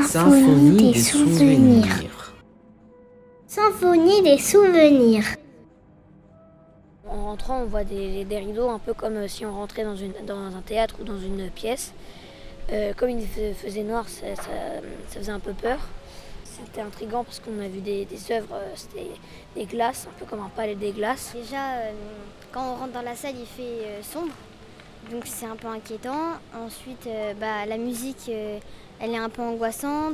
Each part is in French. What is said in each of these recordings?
Symphonie des souvenirs. Symphonie des souvenirs. En rentrant, on voit des rideaux, un peu comme si on rentrait dans un théâtre ou dans une pièce. Comme il faisait noir, ça faisait un peu peur. C'était intriguant parce qu'on a vu des œuvres, c'était des glaces, un peu comme un palais des glaces. Déjà, quand on rentre dans la salle, il fait sombre, donc c'est un peu inquiétant. Ensuite, la musique, elle est un peu angoissante.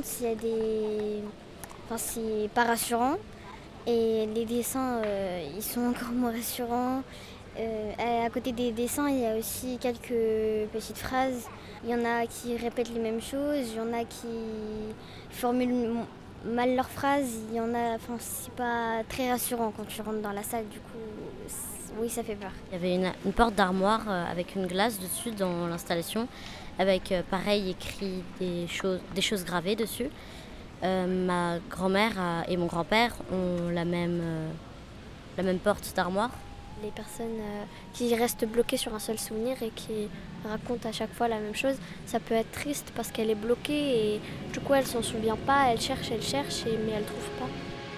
C'est pas rassurant. Et les dessins, ils sont encore moins rassurants. À côté des dessins, il y a aussi quelques petites phrases. Il y en a qui répètent les mêmes choses, il y en a qui formulent mal leurs phrases. C'est pas très rassurant quand tu rentres dans la salle, du coup, oui, ça fait peur. Il y avait une porte d'armoire avec une glace dessus dans l'installation, avec pareil écrit des choses gravées dessus. Ma grand-mère et mon grand-père ont la même porte d'armoire. Les personnes qui restent bloquées sur un seul souvenir et qui racontent à chaque fois la même chose, ça peut être triste parce qu'elle est bloquée et du coup elle s'en souvient pas, elle cherche mais elle trouve pas.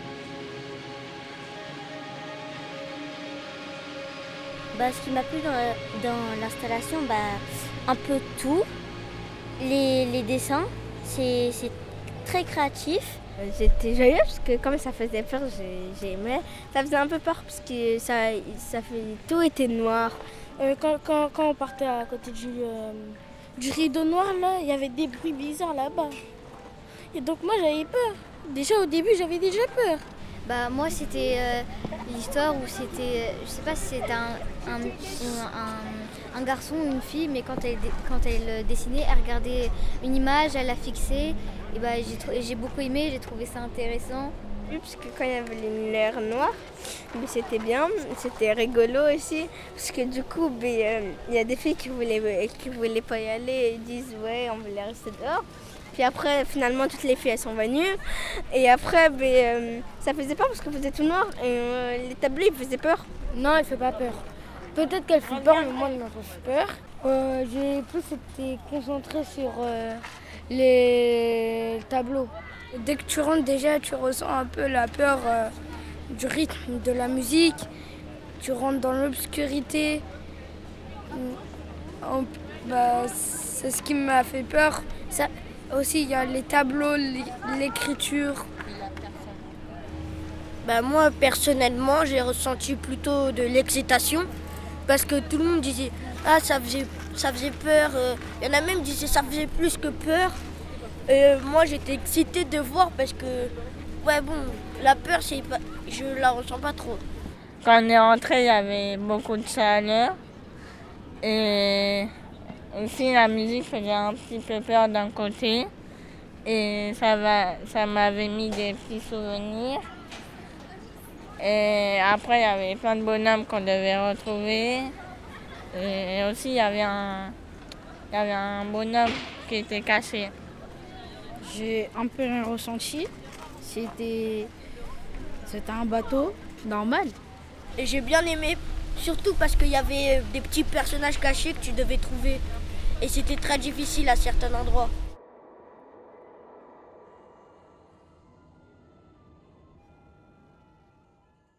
Ce qui m'a plu dans l'installation, un peu tout. Les dessins, c'est très créatif. J'étais joyeuse parce que comme ça faisait peur, j'aimais. Ça faisait un peu peur parce que tout était noir. Quand on partait à côté du rideau noir, là, il y avait des bruits bizarres là-bas. Et donc moi j'avais peur. Déjà au début j'avais déjà peur. Moi c'était l'histoire où c'était, je sais pas si c'était un garçon ou une fille, mais quand elle dessinait, elle regardait une image, elle la fixait. Et j'ai beaucoup aimé, j'ai trouvé ça intéressant. Oui, parce que quand il y avait les lumières noires, c'était bien, c'était rigolo aussi. Parce que du coup, il y a des filles qui voulaient pas y aller et disent ouais, on voulait rester dehors. Puis après, finalement, toutes les filles elles sont venues. Et après, ça faisait peur parce que faisait tout noir. Et les tableaux, ils faisaient peur. Non, elle fait pas peur. Peut-être qu'elle fait peur, mais moi, elle m'a pas fait peur. J'ai plus été concentrée sur les tableaux. Dès que tu rentres, déjà, tu ressens un peu la peur du rythme, de la musique. Tu rentres dans l'obscurité. C'est ce qui m'a fait peur. Ça, aussi, il y a les tableaux, l'écriture. Moi, personnellement, j'ai ressenti plutôt de l'excitation parce que tout le monde disait « Ah, ça faisait peur ». Il y en a même qui disaient « Ça faisait plus que peur ». Moi, j'étais excitée de voir parce que, la peur, je la ressens pas trop. Quand on est rentré, il y avait beaucoup de chaleur et aussi la musique faisait un petit peu peur d'un côté et ça m'avait mis des petits souvenirs. Et après, il y avait plein de bonhommes qu'on devait retrouver. Et aussi, il y avait un bonhomme qui était caché. J'ai un peu rien ressenti. C'était un bateau normal. Et j'ai bien aimé, surtout parce qu'il y avait des petits personnages cachés que tu devais trouver. Et c'était très difficile à certains endroits.